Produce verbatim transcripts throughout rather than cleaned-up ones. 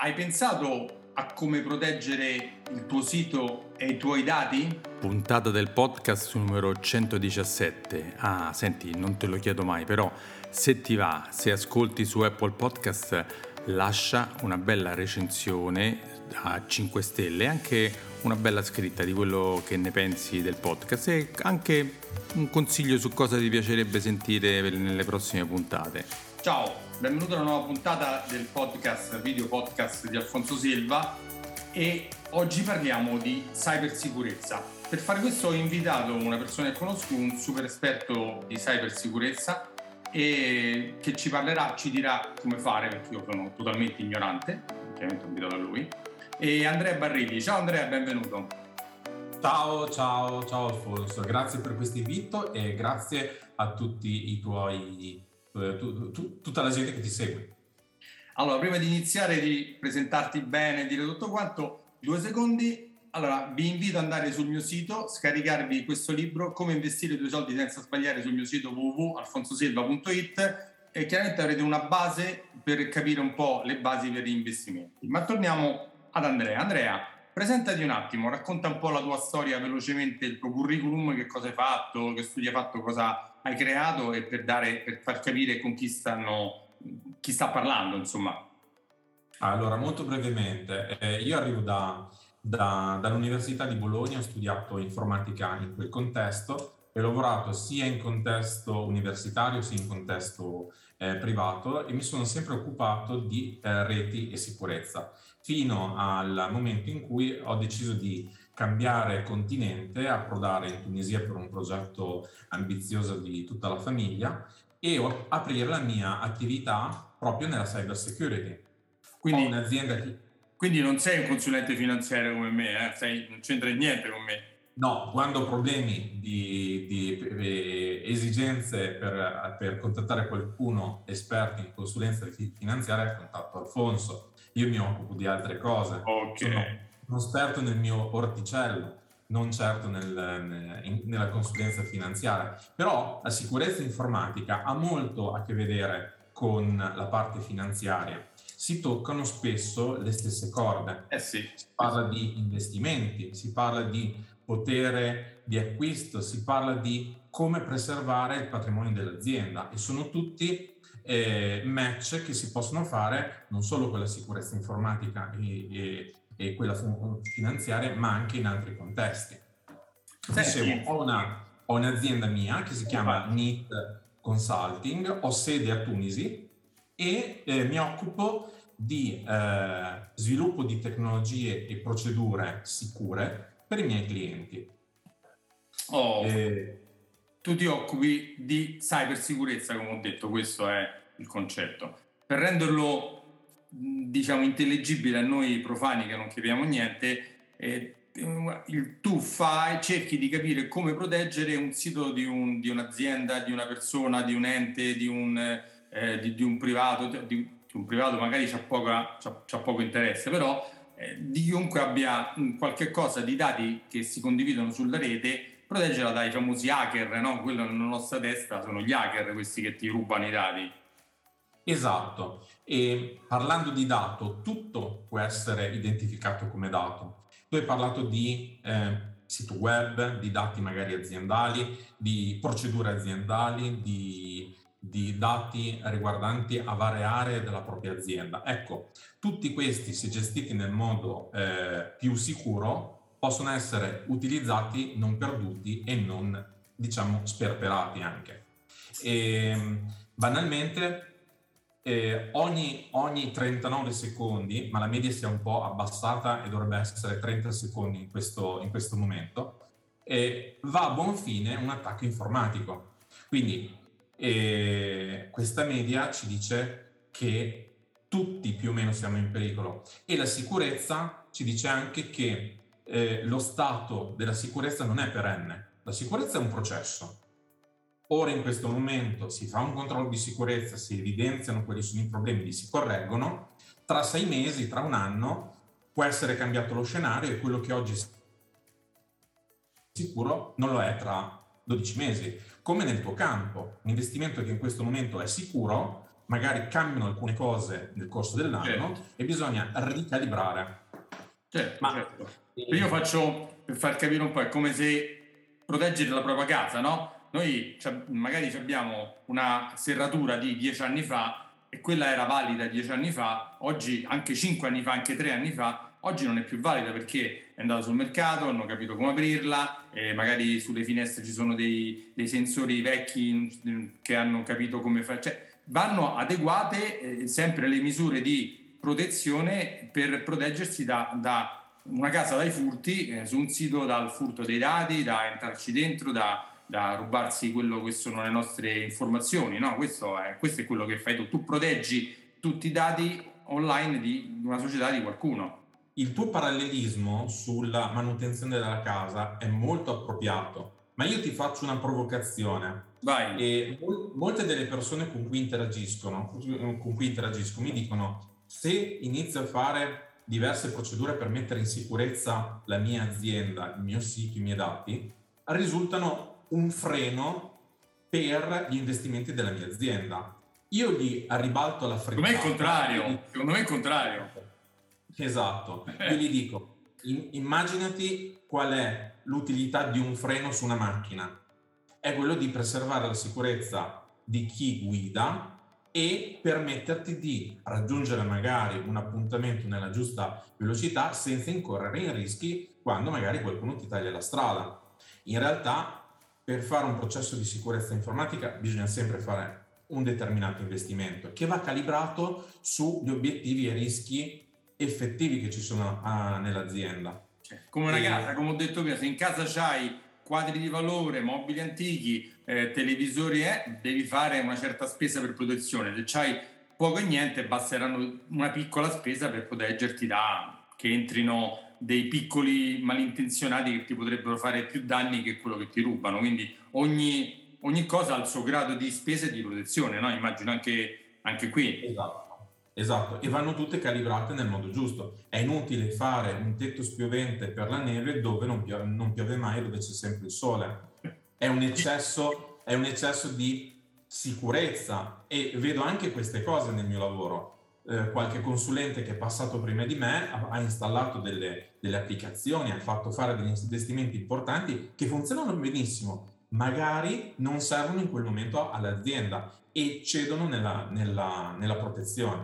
Hai pensato a come proteggere il tuo sito e i tuoi dati? Puntata del podcast numero centodiciassette. Ah, senti, non te lo chiedo mai, però se ti va, se ascolti su Apple Podcast, lascia una bella recensione a cinque stelle, anche una bella scritta di quello che ne pensi del podcast e anche un consiglio su cosa ti piacerebbe sentire nelle prossime puntate. Ciao, benvenuto alla nuova puntata del podcast, video podcast di Alfonso Silva, e oggi parliamo di cybersicurezza. Per fare questo ho invitato una persona che conosco, un super esperto di cybersicurezza, e che ci parlerà, ci dirà come fare, perché io sono totalmente ignorante, ovviamente ho invitato a lui, e Andrea Barrilli. Ciao Andrea, benvenuto. Ciao, ciao, ciao Alfonso, grazie per questo invito e grazie a tutti i tuoi, eh, tu, tu, tutta la gente che ti segue. Allora, prima di iniziare, di presentarti bene, dire tutto quanto, due secondi. Allora, vi invito ad andare sul mio sito, scaricarvi questo libro, Come investire i tuoi soldi senza sbagliare, sul mio sito w w w punto alfonsosilva punto it, e chiaramente avrete una base per capire un po' le basi per gli investimenti. Ma torniamo ad Andrea. Andrea, presentati un attimo, racconta un po' la tua storia velocemente, il tuo curriculum, che cosa hai fatto, che studi hai fatto, cosa hai creato, e per, dare, per far capire con chi stanno... chi sta parlando, insomma. Allora, molto brevemente, eh, io arrivo da, da, dall'Università di Bologna, ho studiato informatica in quel contesto e ho lavorato sia in contesto universitario sia in contesto eh, privato, e mi sono sempre occupato di eh, reti e sicurezza, fino al momento in cui ho deciso di cambiare continente, approdare in Tunisia per un progetto ambizioso di tutta la famiglia e aprire la mia attività proprio nella cyber security. Quindi, ho un'azienda che... quindi non sei un consulente finanziario come me, eh? sei, non c'entra niente con me. No, quando ho problemi di, di, di esigenze per, per contattare qualcuno esperto in consulenza finanziaria, contatto Alfonso. Io mi occupo di altre cose. Ok. Sono uno esperto nel mio orticello, non certo nel, in, nella consulenza finanziaria. Però la sicurezza informatica ha molto a che vedere con la parte finanziaria. Si toccano spesso le stesse corde. Eh sì. Si parla di investimenti, si parla di potere di acquisto, si parla di come preservare il patrimonio dell'azienda, e sono tutti eh, match che si possono fare non solo con la sicurezza informatica e, e, e quella finanziaria, ma anche in altri contesti. Dicevo, ho, una, ho un'azienda mia che si chiama N I T Consulting, ho sede a Tunisi e eh, mi occupo di eh, sviluppo di tecnologie e procedure sicure per i miei clienti. Oh, eh, tu ti occupi di cybersicurezza, come ho detto, questo è il concetto. Per renderlo, diciamo, intelligibile a noi profani che non capiamo niente, eh, il, tu fai, cerchi di capire come proteggere un sito di, un, di un'azienda, di una persona, di un ente, di un, eh, di, di un privato, di, di un privato magari c'ha, poca, c'ha, c'ha poco interesse, però eh, di chiunque abbia mh, qualche cosa di dati che si condividono sulla rete, proteggerla dai famosi hacker, no? Quello nella nostra testa sono gli hacker, questi che ti rubano i dati. Esatto, e parlando di dato, tutto può essere identificato come dato. Tu hai parlato di eh, sito web, di dati magari aziendali, di procedure aziendali, di, di dati riguardanti a varie aree della propria azienda. Ecco, tutti questi, se gestiti nel modo eh, più sicuro, possono essere utilizzati, non perduti e non, diciamo, sperperati anche. E, banalmente, Eh, ogni, ogni trentanove secondi, ma la media si è un po' abbassata e dovrebbe essere trenta secondi in questo, in questo momento, eh, va a buon fine un attacco informatico. Quindi eh, questa media ci dice che tutti più o meno siamo in pericolo, e la sicurezza ci dice anche che eh, lo stato della sicurezza non è perenne. La sicurezza è un processo. Ora in questo momento si fa un controllo di sicurezza, si evidenziano quali sono i problemi, li si correggono. Tra sei mesi, tra un anno, può essere cambiato lo scenario, e quello che oggi è sicuro non lo è tra dodici mesi. Come nel tuo campo, un investimento che in questo momento è sicuro, magari cambiano alcune cose nel corso dell'anno, certo. E bisogna ricalibrare. Certo, Ma certo. Io faccio, per far capire un po', è come se proteggere la propria casa, no? Noi magari abbiamo una serratura di dieci anni fa e quella era valida dieci anni fa, oggi anche cinque anni fa, anche tre anni fa, oggi non è più valida perché è andata sul mercato, hanno capito come aprirla, e magari sulle finestre ci sono dei, dei sensori vecchi che hanno capito come fare, cioè vanno adeguate eh, sempre le misure di protezione per proteggersi da, da una casa dai furti, eh, su un sito dal furto dei dati, da entrarci dentro, da da rubarsi quello che sono le nostre informazioni, no? Questo è, questo è quello che fai tu. Tu proteggi tutti i dati online di una società, di qualcuno. Il tuo parallelismo sulla manutenzione della casa è molto appropriato, ma io ti faccio una provocazione. Vai. E mol- molte delle persone con cui interagiscono, con cui interagisco mi dicono: se inizio a fare diverse procedure per mettere in sicurezza la mia azienda, il mio sito, i miei dati, risultano un freno per gli investimenti della mia azienda. Io gli ribalto la frittata. Secondo me è il contrario. Secondo me è il contrario. Esatto. Io gli dico: in, immaginati qual è l'utilità di un freno su una macchina. È quello di preservare la sicurezza di chi guida e permetterti di raggiungere magari un appuntamento nella giusta velocità senza incorrere in rischi quando magari qualcuno ti taglia la strada. In realtà, per fare un processo di sicurezza informatica bisogna sempre fare un determinato investimento che va calibrato sugli obiettivi e rischi effettivi che ci sono a, nell'azienda. Come una e... casa, come ho detto prima, se in casa c'hai quadri di valore, mobili antichi, eh, televisori, eh, devi fare una certa spesa per protezione. Se c'hai poco e niente, basteranno una piccola spesa per proteggerti da che entrino dei piccoli malintenzionati che ti potrebbero fare più danni che quello che ti rubano. Quindi ogni, ogni cosa ha il suo grado di spesa e di protezione, no? Immagino anche, anche qui. Esatto, esatto, e vanno tutte calibrate nel modo giusto. È inutile fare un tetto spiovente per la neve dove non piove, non piove mai, dove c'è sempre il sole. È un eccesso, è un eccesso di sicurezza, e vedo anche queste cose nel mio lavoro. Eh, qualche consulente che è passato prima di me ha, ha installato delle, delle applicazioni, ha fatto fare degli investimenti importanti che funzionano benissimo, magari non servono in quel momento all'azienda e cedono nella, nella, nella protezione.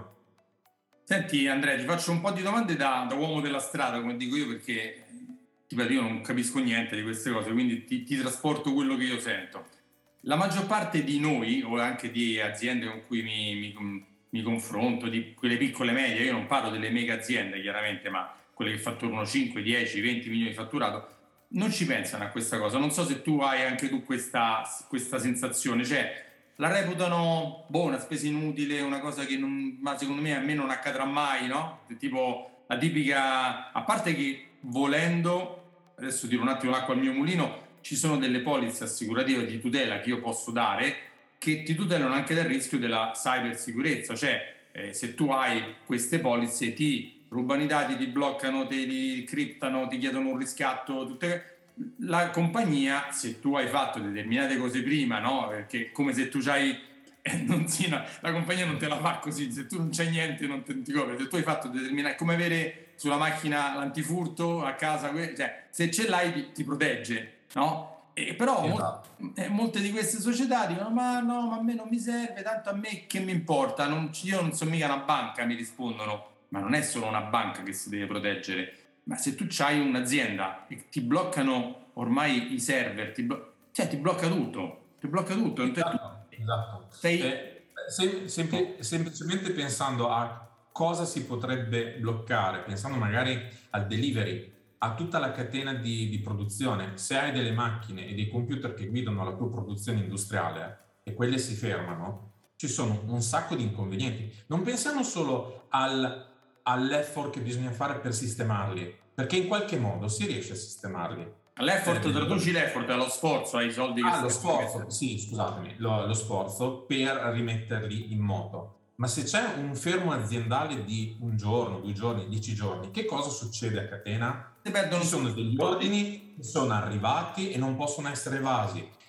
Senti Andrea, ti faccio un po' di domande da, da uomo della strada, come dico io, perché ripeto, io non capisco niente di queste cose, quindi ti, ti trasporto quello che io sento. La maggior parte di noi, o anche di aziende con cui mi, mi mi confronto, di quelle piccole medie, io non parlo delle mega aziende chiaramente, ma quelle che fatturano cinque, dieci, venti milioni di fatturato, non ci pensano a questa cosa. Non so se tu hai anche tu questa, questa sensazione, cioè la reputano boh, una spesa inutile, una cosa che non, ma secondo me a me non accadrà mai, no? Tipo la tipica, a parte che volendo, adesso tiro un attimo l'acqua al mio mulino, ci sono delle polizze assicurative di tutela che io posso dare che ti tutelano anche dal rischio della cybersicurezza, cioè eh, se tu hai queste polizze ti rubano i dati, ti bloccano, ti, ti criptano, ti chiedono un riscatto, tutte... la compagnia, se tu hai fatto determinate cose prima, no? Perché come se tu c'hai eh, non si, no, la compagnia non te la fa così, se tu non c'hai niente non te, ti copre, se tu hai fatto determinate, come avere sulla macchina l'antifurto a casa, cioè se ce l'hai ti, ti protegge, no? E però esatto. molte, molte di queste società dicono ma no, ma a me non mi serve, tanto a me che mi importa, non, io non sono mica una banca, mi rispondono. Ma non è solo una banca che si deve proteggere, ma se tu c'hai un'azienda e ti bloccano ormai i server, ti blo- cioè ti blocca tutto, ti blocca tutto. Esatto, tu esatto. sei... eh, sem- sem- semplicemente pensando a cosa si potrebbe bloccare, pensando magari al delivery, a tutta la catena di, di produzione. Se hai delle macchine e dei computer che guidano la tua produzione industriale e quelle si fermano, ci sono un sacco di inconvenienti. Non pensiamo solo al, all'effort che bisogna fare per sistemarli, perché in qualche modo si riesce a sistemarli. L'effort, eh, traduci l'effort, allo sforzo, ai soldi che ah, lo sforzo, sì, scusatemi, lo, lo sforzo per rimetterli in moto. Ma se c'è un fermo aziendale di un giorno, due giorni, dieci giorni, che cosa succede a catena? Ci sono degli ordini che sono arrivati e non possono essere evasi.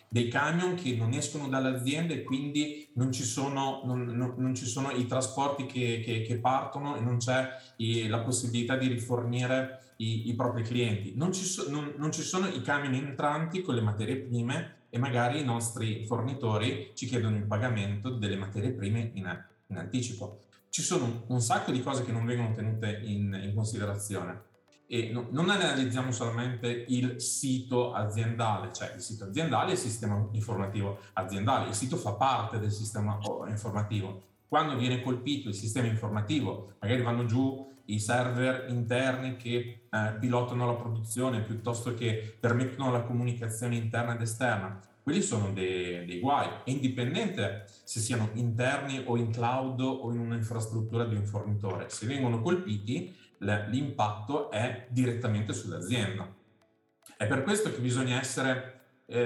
dei camion che non escono dall'azienda e quindi non ci sono, non, non, non ci sono i trasporti che, che, che partono e non c'è i, la possibilità di rifornire i, i propri clienti. Non ci, so, non, non ci sono i camion entranti con le materie prime e magari i nostri fornitori ci chiedono il pagamento delle materie prime in, in anticipo. Ci sono un, un sacco di cose che non vengono tenute in, in considerazione. E no, non analizziamo solamente il sito aziendale, cioè il sito aziendale e il sistema informativo aziendale. Il sito fa parte del sistema informativo. Quando viene colpito il sistema informativo, magari vanno giù i server interni che eh, pilotano la produzione piuttosto che permettono la comunicazione interna ed esterna. Quelli sono dei, dei guai, è indipendente se siano interni o in cloud o in un'infrastruttura di un fornitore. Se vengono colpiti, l'impatto è direttamente sull'azienda. È per questo che bisogna essere,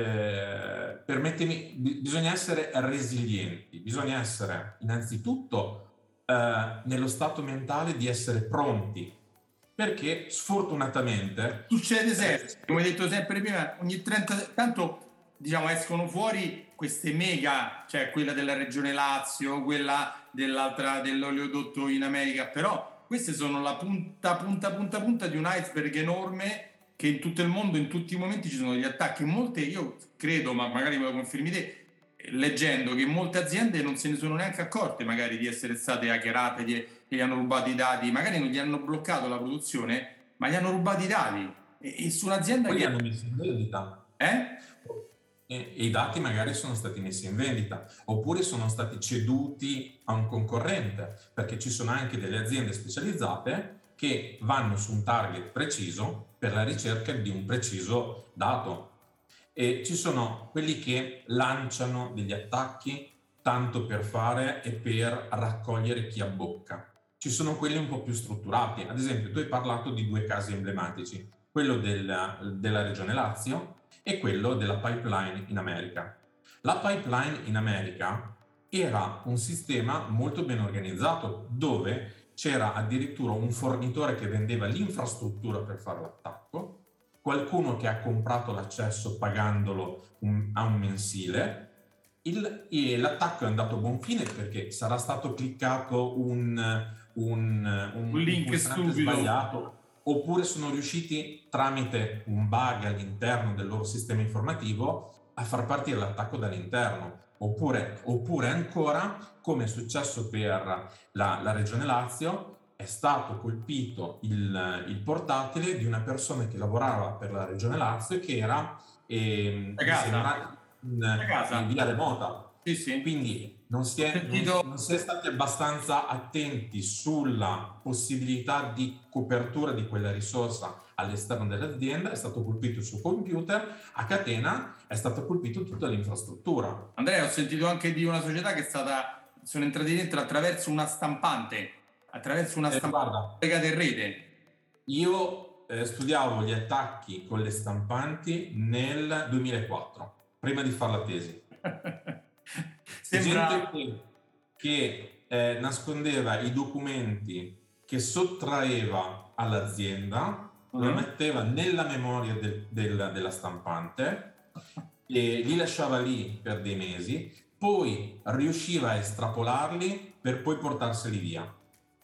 eh, permettimi, bisogna essere resilienti, bisogna essere innanzitutto eh, nello stato mentale di essere pronti, perché sfortunatamente succede sempre, come hai detto sempre prima, ogni trenta tanto diciamo escono fuori queste mega, cioè quella della regione Lazio, quella dell'altra dell'oleodotto in America, però queste sono la punta, punta, punta, punta di un iceberg enorme che in tutto il mondo, in tutti i momenti ci sono degli attacchi. Molte, io credo, ma magari me lo confermi te, leggendo che molte aziende non se ne sono neanche accorte magari di essere state hackerate, di, che gli hanno rubato i dati, magari non gli hanno bloccato la produzione, ma gli hanno rubato i dati. E, e su un'azienda poi che... hanno messo in vendita. Eh? E i dati magari sono stati messi in vendita oppure sono stati ceduti a un concorrente, perché ci sono anche delle aziende specializzate che vanno su un target preciso per la ricerca di un preciso dato, e ci sono quelli che lanciano degli attacchi tanto per fare e per raccogliere chi abbocca. Ci sono quelli un po' più strutturati. Ad esempio, tu hai parlato di due casi emblematici, quello del, della regione Lazio e quello della pipeline in America. La pipeline in America era un sistema molto ben organizzato, dove c'era addirittura un fornitore che vendeva l'infrastruttura per fare l'attacco, qualcuno che ha comprato l'accesso pagandolo un, a un mensile. Il, e l'attacco è andato a buon fine perché sarà stato cliccato un, un, un, un link un stupido sbagliato, oppure sono riusciti tramite un bug all'interno del loro sistema informativo a far partire l'attacco dall'interno, oppure, oppure ancora, come è successo per la, la regione Lazio, è stato colpito il, il portatile di una persona che lavorava per la regione Lazio e che era eh, da casa, sembra, in, da casa. in via remota. Sì, sì. Quindi non si, è, non, non si è stati abbastanza attenti sulla possibilità di copertura di quella risorsa all'esterno dell'azienda. È stato colpito il suo computer, a catena è stato colpito tutta l'infrastruttura. Andrea, ho sentito anche di una società che è stata, sono entrati dentro attraverso una stampante, attraverso una eh, stampante legata in rete. Io eh, studiavo gli attacchi con le stampanti nel duemilaquattro, prima di fare la tesi. Sembra... gente che, che eh, nascondeva i documenti che sottraeva all'azienda, uh-huh. lo metteva nella memoria del, del, della stampante e li lasciava lì per dei mesi, poi riusciva a estrapolarli per poi portarseli via.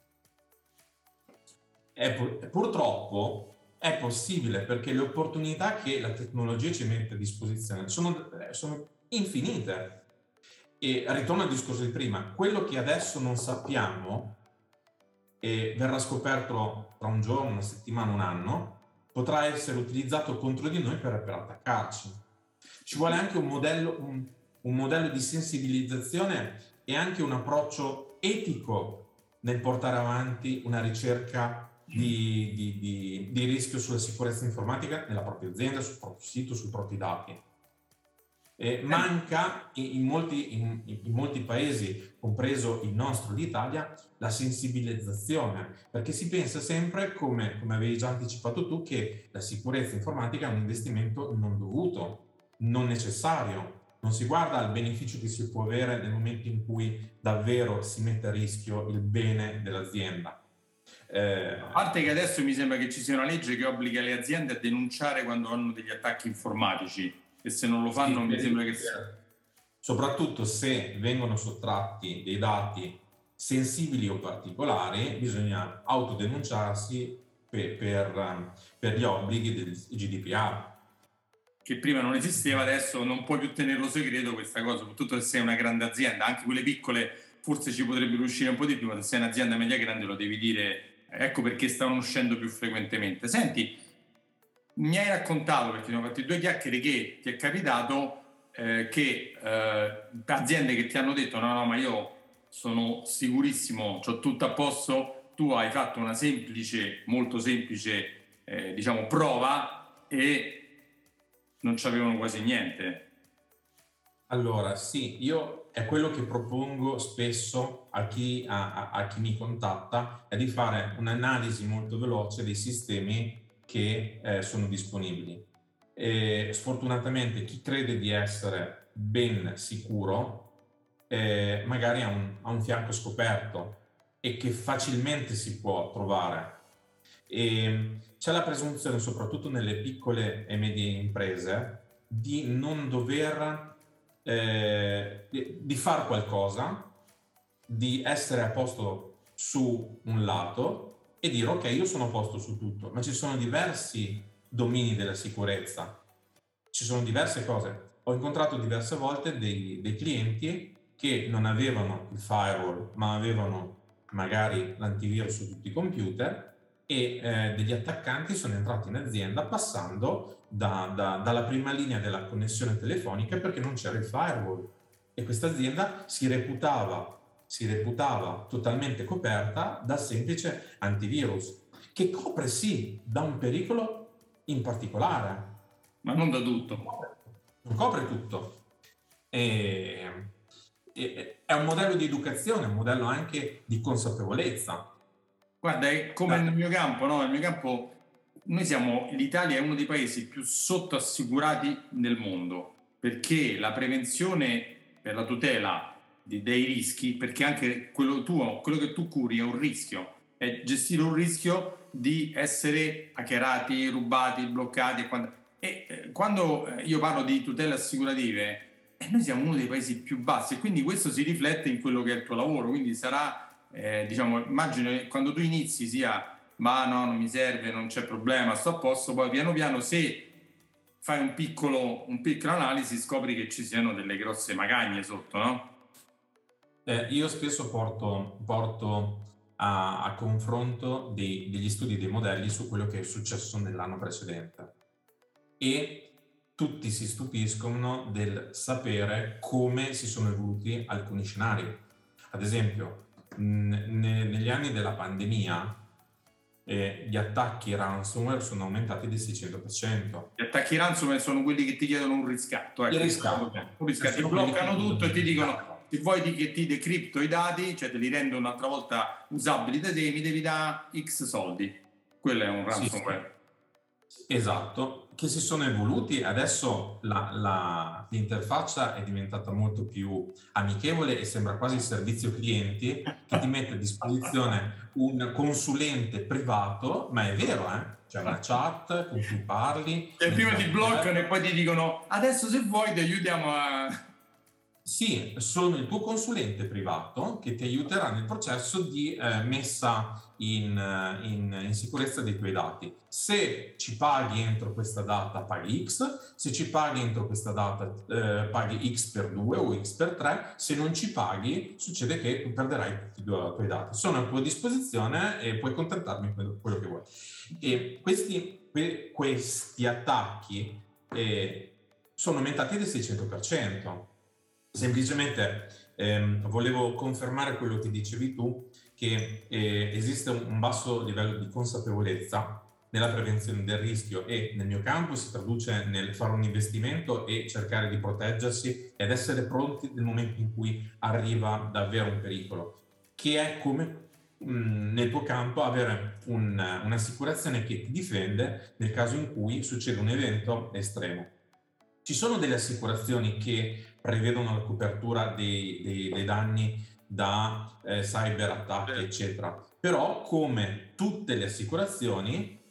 E pur, purtroppo è possibile, perché le opportunità che la tecnologia ci mette a disposizione sono, sono infinite. E ritorno al discorso di prima, quello che adesso non sappiamo e verrà scoperto tra un giorno, una settimana, un anno, potrà essere utilizzato contro di noi per, per attaccarci. Ci vuole anche un modello, un, un modello di sensibilizzazione e anche un approccio etico nel portare avanti una ricerca di, di, di, di rischio sulla sicurezza informatica nella propria azienda, sul proprio sito, sui propri dati. Eh, manca in molti, in, in molti paesi, compreso il nostro, l'Italia, la sensibilizzazione, perché si pensa sempre, come, come avevi già anticipato tu, che la sicurezza informatica è un investimento non dovuto, non necessario. Non si guarda al beneficio che si può avere nel momento in cui davvero si mette a rischio il bene dell'azienda. Eh, a parte che adesso mi sembra che ci sia una legge che obbliga le aziende a denunciare quando hanno degli attacchi informatici. e se non lo fanno sì, mi sembra che sia... Soprattutto se vengono sottratti dei dati sensibili o particolari, bisogna autodenunciarsi per, per, per gli obblighi del G D P R. Che prima non esisteva, adesso non puoi più tenerlo segreto questa cosa, soprattutto se sei una grande azienda, anche quelle piccole forse ci potrebbero uscire un po' di più, ma se sei un'azienda media grande lo devi dire, ecco perché stanno uscendo più frequentemente. Senti, mi hai raccontato, perché abbiamo fatto due chiacchiere, che ti è capitato eh, che eh, aziende che ti hanno detto no no ma io sono sicurissimo, c'ho tutto a posto, tu hai fatto una semplice, molto semplice eh, diciamo prova e non c'avevano quasi niente. Allora sì, io è quello che propongo spesso a chi, a, a, a chi mi contatta, è di fare un'analisi molto veloce dei sistemi che eh, sono disponibili. E sfortunatamente chi crede di essere ben sicuro eh, magari ha un, ha un fianco scoperto e che facilmente si può trovare. E c'è la presunzione, soprattutto nelle piccole e medie imprese, di non dover eh, di, di fare qualcosa, di essere a posto su un lato e dire ok, io sono a posto su tutto, ma ci sono diversi domini della sicurezza, ci sono diverse cose. Ho incontrato diverse volte dei, dei clienti che non avevano il firewall, ma avevano magari l'antivirus su tutti i computer e eh, degli attaccanti sono entrati in azienda passando da, da, dalla prima linea della connessione telefonica perché non c'era il firewall e questa azienda si reputava, si reputava totalmente coperta dal semplice antivirus che copre sì da un pericolo in particolare, ma non da tutto, non copre tutto. E, e, è un modello di educazione, un modello anche di consapevolezza. Guarda, è come nel mio campo, no? Nel mio campo noi siamo, l'Italia è uno dei paesi più sottoassicurati nel mondo, perché la prevenzione per la tutela di, dei rischi, perché anche quello tuo, quello che tu curi è un rischio, è gestire un rischio di essere hackerati, rubati, bloccati e quando, e, eh, quando io parlo di tutele assicurative, eh, noi siamo uno dei paesi più bassi e quindi questo si riflette in quello che è il tuo lavoro, quindi sarà Eh, diciamo, immagino che quando tu inizi sia ma no, non mi serve, non c'è problema, sto a posto, poi piano piano se fai un piccolo un piccolo analisi scopri che ci siano delle grosse magagne sotto, no? Eh, io spesso porto, porto a, a confronto dei, degli studi dei modelli su quello che è successo nell'anno precedente e tutti si stupiscono del sapere come si sono evoluti alcuni scenari. Ad esempio, negli anni della pandemia eh, gli attacchi ransomware sono aumentati del seicento per cento. Gli attacchi ransomware sono quelli che ti chiedono un riscatto, ecco. Il riscatto. Un riscatto. Ti bloccano tutto e ti dicono se vuoi che ti decripto i dati, cioè te li rendo un'altra volta usabili da te, mi devi dare X soldi. Quello è un ransomware. Sì, esatto, che si sono evoluti. Adesso la, la, l'interfaccia è diventata molto più amichevole e sembra quasi il servizio clienti che ti mette a disposizione un consulente privato, ma è vero, eh? C'è una chat con cui parli. E prima ti bloccano e poi ti dicono adesso se vuoi ti aiutiamo a... Sì, sono il tuo consulente privato che ti aiuterà nel processo di eh, messa in, in, in sicurezza dei tuoi dati. Se ci paghi entro questa data paghi X, se ci paghi entro questa data eh, paghi X per due o X per tre, se non ci paghi succede che tu perderai tutti i tuoi dati. Sono a tua disposizione e puoi contattarmi quello, quello che vuoi. E questi, que, questi attacchi eh, sono aumentati del seicento per cento. Semplicemente ehm, volevo confermare quello che dicevi tu, che eh, esiste un, un basso livello di consapevolezza nella prevenzione del rischio e nel mio campo si traduce nel fare un investimento e cercare di proteggersi ed essere pronti nel momento in cui arriva davvero un pericolo, che è come mh, nel tuo campo avere un, un'assicurazione che ti difende nel caso in cui succede un evento estremo. Ci sono delle assicurazioni che prevedono la copertura dei, dei, dei danni da eh, cyber attacchi, eccetera. Però, come tutte le assicurazioni,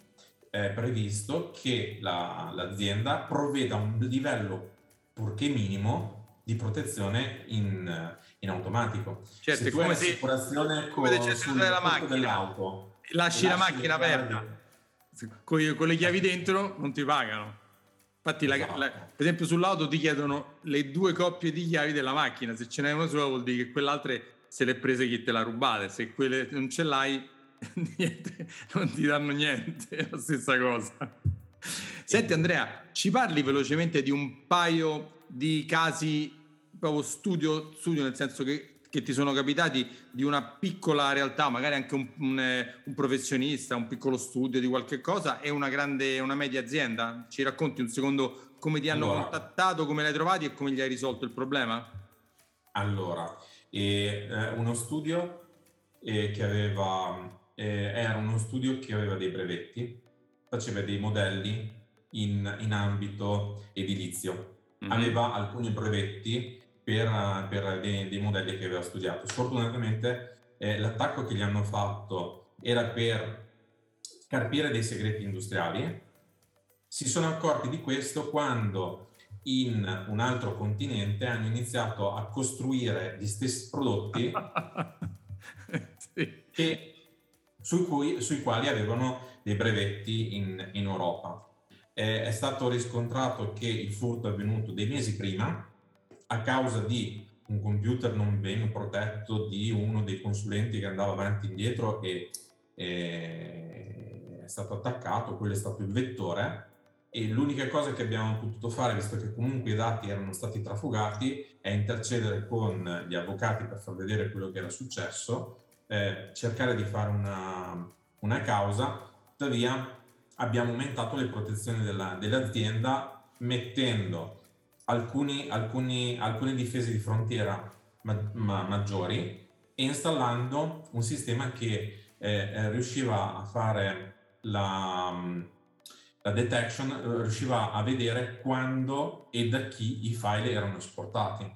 è previsto che la, l'azienda provveda a un livello purché minimo di protezione in, in automatico. Certo, se è tu hai come se, l'assicurazione come se con, c'è sul della furto macchina, dell'auto, lasci la lasci macchina le chiavi- aperta, con, con le chiavi dentro non ti pagano. Infatti, la- Esatto. la- per esempio, sull'auto ti chiedono le due coppie di chiavi della macchina. Se ce n'è una sola, vuol dire che quell'altra se l'è presa chi te l'ha rubata. Se quelle non ce l'hai, niente, non ti danno niente. È la stessa cosa. Senti, Andrea, ci parli velocemente di un paio di casi proprio studio, studio nel senso che, che ti sono capitati di una piccola realtà, magari anche un, un, eh, un professionista, un piccolo studio di qualche cosa e una grande, una media azienda? Ci racconti un secondo come ti hanno Allora. contattato, come l'hai trovati e come gli hai risolto il problema? Allora, e, eh, uno studio eh, che aveva, eh, era uno studio che aveva dei brevetti, faceva dei modelli in, in ambito edilizio, Mhm. aveva alcuni brevetti per, per dei, dei modelli che aveva studiato. Sfortunatamente eh, l'attacco che gli hanno fatto era per carpire dei segreti industriali. Si sono accorti di questo quando in un altro continente hanno iniziato a costruire gli stessi prodotti Sì. che, su cui, sui quali avevano dei brevetti in, in Europa. Eh, è stato riscontrato che il furto è avvenuto dei mesi prima a causa di un computer non ben protetto di uno dei consulenti che andava avanti e indietro e eh, è stato attaccato, quello è stato il vettore. E l'unica cosa che abbiamo potuto fare, visto che comunque i dati erano stati trafugati, è intercedere con gli avvocati per far vedere quello che era successo, eh, cercare di fare una, una causa. Tuttavia abbiamo aumentato le protezioni della, dell'azienda mettendo alcuni, alcuni, alcune difese di frontiera ma, ma, maggiori e installando un sistema che eh, riusciva a fare la... La detection eh, riusciva a vedere quando e da chi i file erano esportati.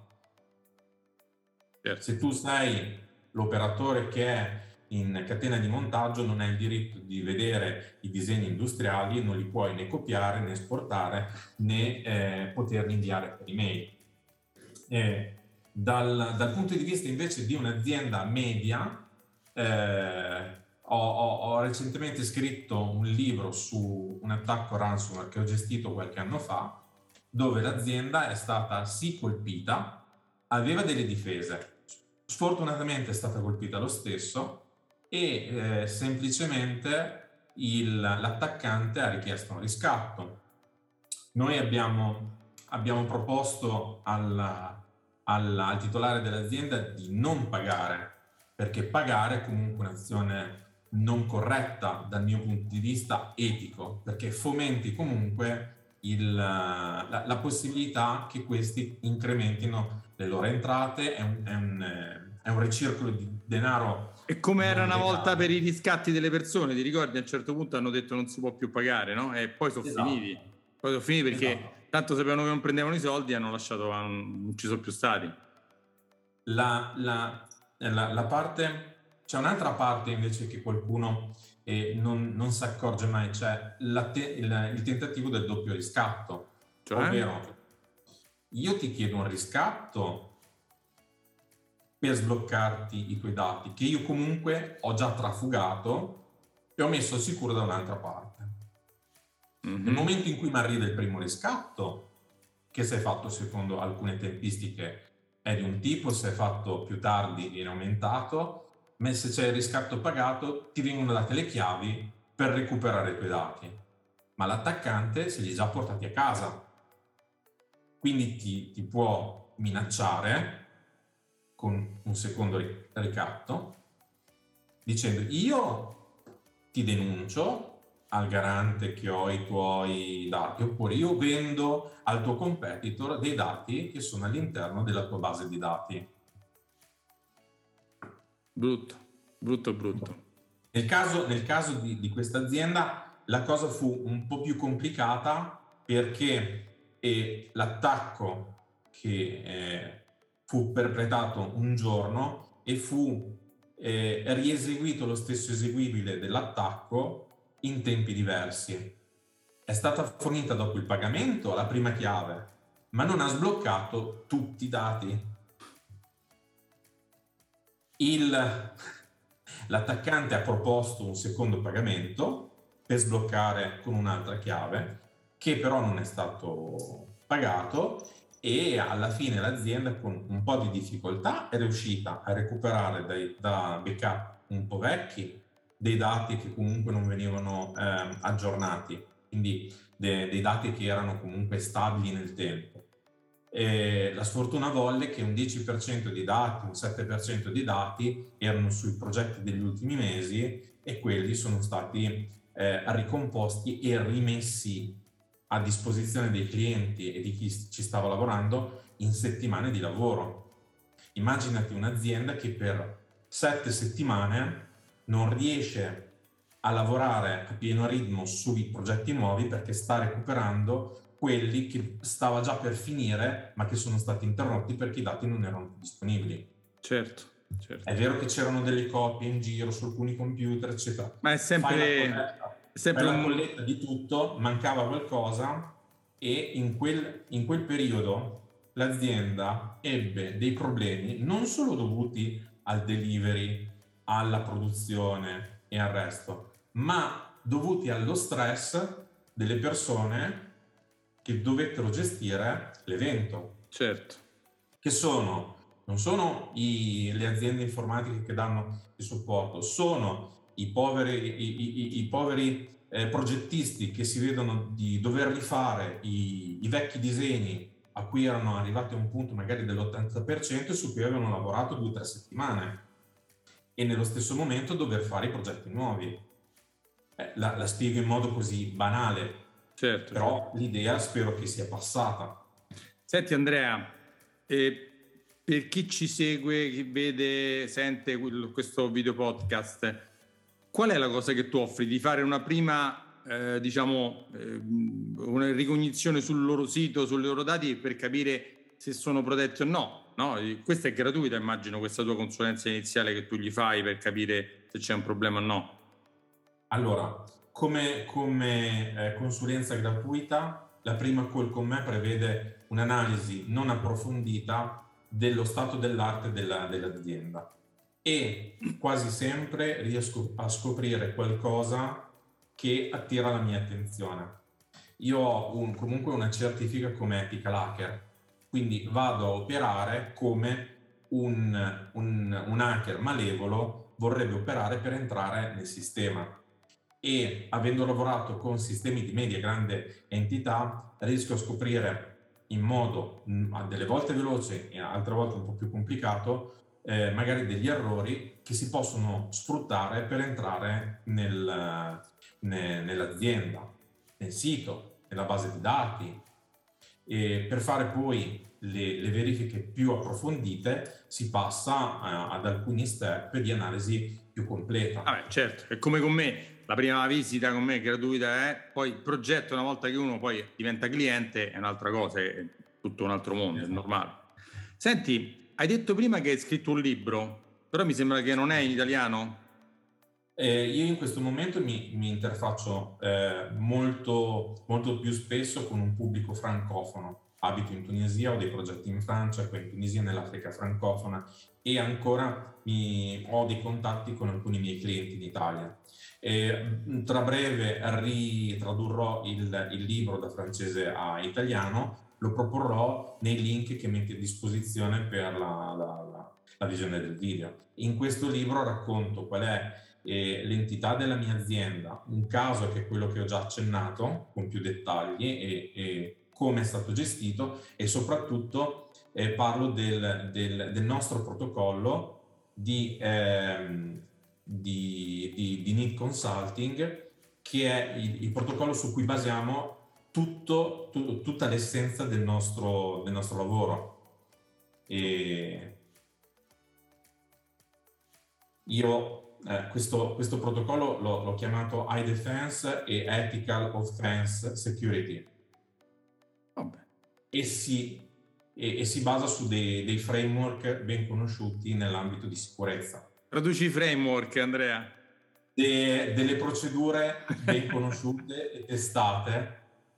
Certo. Se tu sei l'operatore che è in catena di montaggio, non hai il diritto di vedere i disegni industriali e non li puoi né copiare né esportare né eh, poterli inviare per email. Eh, dal, dal punto di vista invece di un'azienda media, eh, Ho, ho, ho recentemente scritto un libro su un attacco ransomware che ho gestito qualche anno fa, dove l'azienda è stata sì colpita, aveva delle difese, sfortunatamente è stata colpita lo stesso e eh, semplicemente il, l'attaccante ha richiesto un riscatto. Noi abbiamo, abbiamo proposto alla, alla, al titolare dell'azienda di non pagare, perché pagare è comunque un'azione non corretta dal mio punto di vista etico, perché fomenti comunque il, la, la possibilità che questi incrementino le loro entrate, è un, è un, è un ricircolo di denaro. E come era una legale. volta per i riscatti delle persone, ti ricordi? A un certo punto hanno detto non si può più pagare, no? E poi sono Esatto. finiti. Poi sono finiti perché Esatto. tanto sapevano che non prendevano i soldi e hanno lasciato, non ci sono più stati. La, la, la, la parte... C'è un'altra parte invece che qualcuno eh, non, non si accorge mai, cioè la te, il, il tentativo del doppio riscatto. Cioè? Ovvero, io ti chiedo un riscatto per sbloccarti i tuoi dati, che io comunque ho già trafugato e ho messo al sicuro da un'altra parte. Mm-hmm. Nel momento in cui mi arriva il primo riscatto, che si è fatto secondo alcune tempistiche è di un tipo, se è fatto più tardi viene aumentato, ma se c'è il riscatto pagato ti vengono date le chiavi per recuperare i tuoi dati, ma l'attaccante se li ha già portati a casa, quindi ti, ti può minacciare con un secondo ricatto dicendo io ti denuncio al garante che ho i tuoi dati, oppure io vendo al tuo competitor dei dati che sono all'interno della tua base di dati. Brutto, brutto, brutto. Nel caso, nel caso di, di questa azienda la cosa fu un po' più complicata perché eh, l'attacco che eh, fu perpetrato un giorno e fu eh, rieseguito lo stesso eseguibile dell'attacco in tempi diversi. È stata fornita dopo il pagamento la prima chiave, ma non ha sbloccato tutti i dati. Il, l'attaccante ha proposto un secondo pagamento per sbloccare con un'altra chiave, che però non è stato pagato, e alla fine l'azienda, con un po' di difficoltà, è riuscita a recuperare dai, da backup un po' vecchi dei dati che comunque non venivano eh, aggiornati, quindi de, dei dati che erano comunque stabili nel tempo. E la sfortuna volle che un dieci per cento di dati, un sette per cento di dati erano sui progetti degli ultimi mesi, e quelli sono stati eh, ricomposti e rimessi a disposizione dei clienti e di chi ci stava lavorando in settimane di lavoro. Immaginati un'azienda che per sette settimane non riesce a lavorare a pieno ritmo sui progetti nuovi perché sta recuperando quelli che stava già per finire ma che sono stati interrotti perché i dati non erano più disponibili. Certo, certo. È vero che c'erano delle copie in giro su alcuni computer, eccetera. Ma è sempre... Fai la colletta, sempre fai un... la colletta di tutto, mancava qualcosa, e in quel, in quel periodo l'azienda ebbe dei problemi non solo dovuti al delivery, alla produzione e al resto, ma dovuti allo stress delle persone che dovettero gestire l'evento. Certo. Che sono, non sono i, le aziende informatiche che danno il supporto, sono i poveri, i, i, i poveri eh, progettisti che si vedono di dover rifare i, i vecchi disegni a cui erano arrivati a un punto magari dell'ottanta per cento su cui avevano lavorato due o tre settimane, e nello stesso momento dover fare i progetti nuovi. Eh, la, la spiego in modo così banale, certo, però certo. L'idea spero che sia passata. Senti Andrea, eh, per chi ci segue, chi vede, sente questo video podcast, qual è la cosa che tu offri? Di fare una prima, eh, diciamo, eh, una ricognizione sul loro sito, sui loro dati, per capire se sono protetti o no, no? Questa è gratuita, immagino, questa tua consulenza iniziale che tu gli fai per capire se c'è un problema o no. Allora, come, come eh, consulenza gratuita, la prima call con me prevede un'analisi non approfondita dello stato dell'arte della, dell'azienda, e quasi sempre riesco a scoprire qualcosa che attira la mia attenzione. Io ho un, comunque una certifica come ethical hacker, quindi vado a operare come un, un, un hacker malevolo vorrebbe operare per entrare nel sistema. E avendo lavorato con sistemi di media e grande entità, riesco a scoprire in modo a delle volte veloce e altre volte un po' più complicato eh, magari degli errori che si possono sfruttare per entrare nel, ne, nell'azienda, nel sito, nella base di dati, e per fare poi le, le verifiche più approfondite si passa a, ad alcuni step di analisi più completa. Ah beh, certo, è come con me. La prima visita con me è gratuita, è poi il progetto, una volta che uno poi diventa cliente, è un'altra cosa, è tutto un altro mondo, esatto. È normale. Senti, hai detto prima che hai scritto un libro, però mi sembra che non è in italiano. Eh, io in questo momento mi, mi interfaccio eh, molto, molto più spesso con un pubblico francofono. Abito in Tunisia, ho dei progetti in Francia, poi in Tunisia, nell'Africa francofona, e ancora mi, ho dei contatti con alcuni miei clienti in Italia. E tra breve ritradurrò il, il libro da francese a italiano, lo proporrò nei link che metti a disposizione per la, la, la, la visione del video. In questo libro racconto qual è eh, l'entità della mia azienda, un caso che è quello che ho già accennato con più dettagli, e, e come è stato gestito, e soprattutto eh, parlo del, del, del nostro protocollo di, ehm, di, di, di Need Consulting, che è il, il protocollo su cui basiamo tutto, tu, tutta l'essenza del nostro, del nostro lavoro. E io eh, questo, questo protocollo l'ho, l'ho chiamato iDefense e Ethical Offense Security. Vabbè. E si, e, e si basa su dei, dei framework ben conosciuti nell'ambito di sicurezza. Traduci i framework, Andrea. de, delle procedure ben conosciute e testate.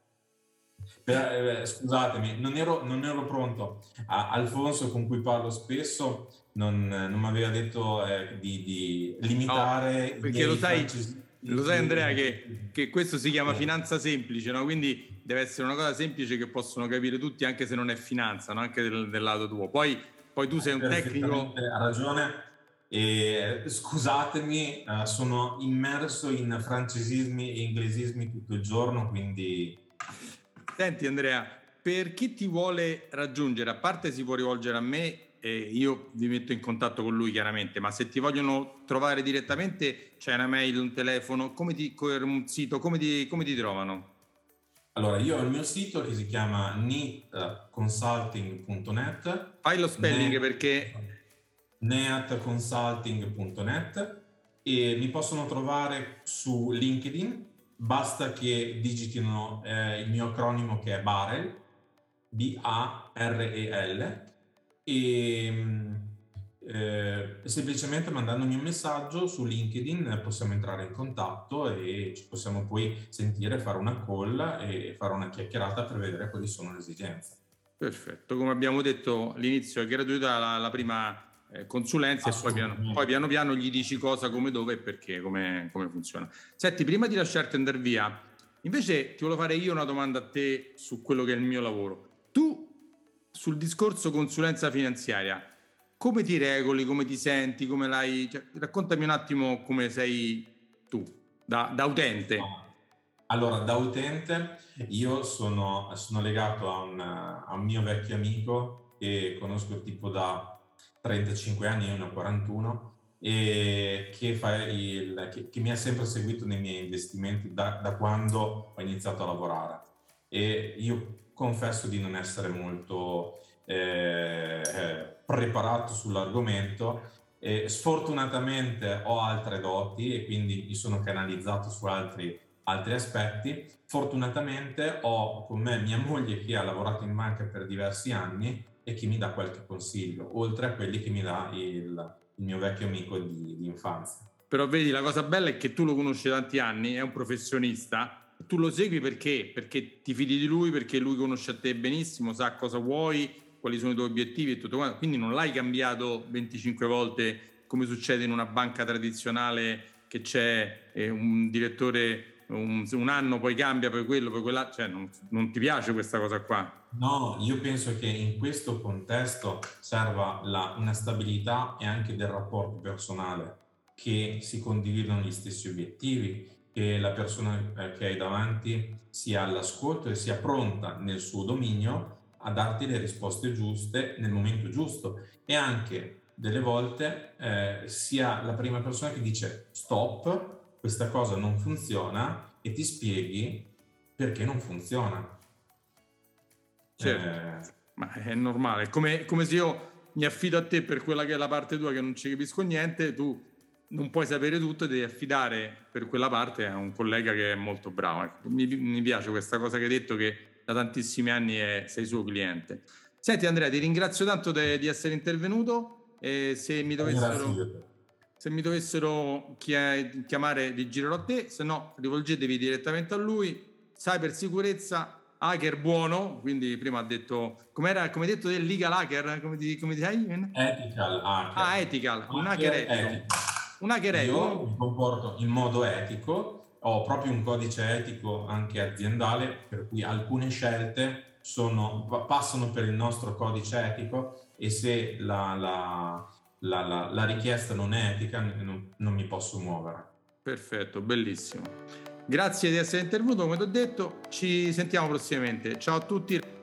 Per, eh, scusatemi, non ero, non ero pronto. A, Alfonso, con cui parlo spesso, non, non mi aveva detto eh, di, di limitare... No, perché lo sai, lo sai Andrea che, che questo si chiama finanza semplice, no? Quindi deve essere una cosa semplice che possono capire tutti, anche se non è finanza, no? Anche del, del lato tuo. Poi, poi tu sei un tecnico... Ha ragione. E, scusatemi, uh, sono immerso in francesismi e inglesismi tutto il giorno, quindi... Senti Andrea, per chi ti vuole raggiungere, a parte si può rivolgere a me e io vi metto in contatto con lui chiaramente, ma se ti vogliono trovare direttamente c'è una mail, un telefono, come ti, un sito, come ti, come ti trovano? Allora, io ho il mio sito che si chiama neat consulting punto net. Fai lo spelling net, perché... neat consulting punto net, e mi possono trovare su LinkedIn. Basta che digitino eh, il mio acronimo, che è Barel, B A R E L, e eh, semplicemente mandandomi un messaggio su LinkedIn possiamo entrare in contatto e ci possiamo poi sentire, fare una call e fare una chiacchierata per vedere quali sono le esigenze. Perfetto, come abbiamo detto all'inizio è gratuita la, la prima eh, consulenza, e poi piano, poi piano piano gli dici cosa, come, dove e perché, come, come funziona. Senti, prima di lasciarti andare via, invece ti volevo fare io una domanda a te su quello che è il mio lavoro. Tu, sul discorso consulenza finanziaria, come ti regoli, come ti senti, come l'hai... Cioè, raccontami un attimo come sei tu, da, da utente. Allora, da utente io sono, sono legato a un, a un mio vecchio amico che conosco tipo da trentacinque anni, io ne ho quarantuno, e che, fa il, che, che mi ha sempre seguito nei miei investimenti da, da quando ho iniziato a lavorare. E io confesso di non essere molto eh, preparato sull'argomento. E sfortunatamente ho altre doti e quindi mi sono canalizzato su altri, altri aspetti. Fortunatamente ho con me mia moglie che ha lavorato in banca per diversi anni e che mi dà qualche consiglio, oltre a quelli che mi dà il, il mio vecchio amico di, di infanzia. Però vedi, la cosa bella è che tu lo conosci da tanti anni, è un professionista, tu lo segui perché? Perché ti fidi di lui, perché lui conosce a te benissimo, sa cosa vuoi, quali sono i tuoi obiettivi e tutto quanto, quindi non l'hai cambiato venticinque volte come succede in una banca tradizionale, che c'è eh, un direttore un, un anno, poi cambia, poi quello, poi quella, cioè non, non ti piace questa cosa qua? No, io penso che in questo contesto serva la, una stabilità e anche del rapporto personale, che si condividono gli stessi obiettivi, che la persona eh, che hai davanti sia all'ascolto e sia pronta nel suo dominio a darti le risposte giuste nel momento giusto, e anche delle volte eh, sia la prima persona che dice stop, questa cosa non funziona, e ti spieghi perché non funziona. Certo, eh... ma è normale, come, come se io mi affido a te per quella che è la parte tua che non ci capisco niente, tu non puoi sapere tutto e devi affidare per quella parte a un collega che è molto bravo. Mi, mi piace questa cosa che hai detto, che da tantissimi anni è, sei suo cliente. Senti Andrea, ti ringrazio tanto de, di essere intervenuto, e se mi dovessero, se mi dovessero chiamare ti girerò a te, se no rivolgetevi direttamente a lui. Cybersicurezza, hacker buono, quindi prima ha detto, com'era, come hai detto del legal hacker, come ti, come ti sai? Ethical hacker. Ah, ethical, un hacker etico. Un hacker etico. Io mi comporto in modo etico, ho proprio un codice etico anche aziendale, per cui alcune scelte sono, passano per il nostro codice etico, e se la, la, la, la, la richiesta non è etica non, non mi posso muovere. Perfetto, bellissimo. Grazie di essere intervenuto, come ti ho detto, ci sentiamo prossimamente. Ciao a tutti.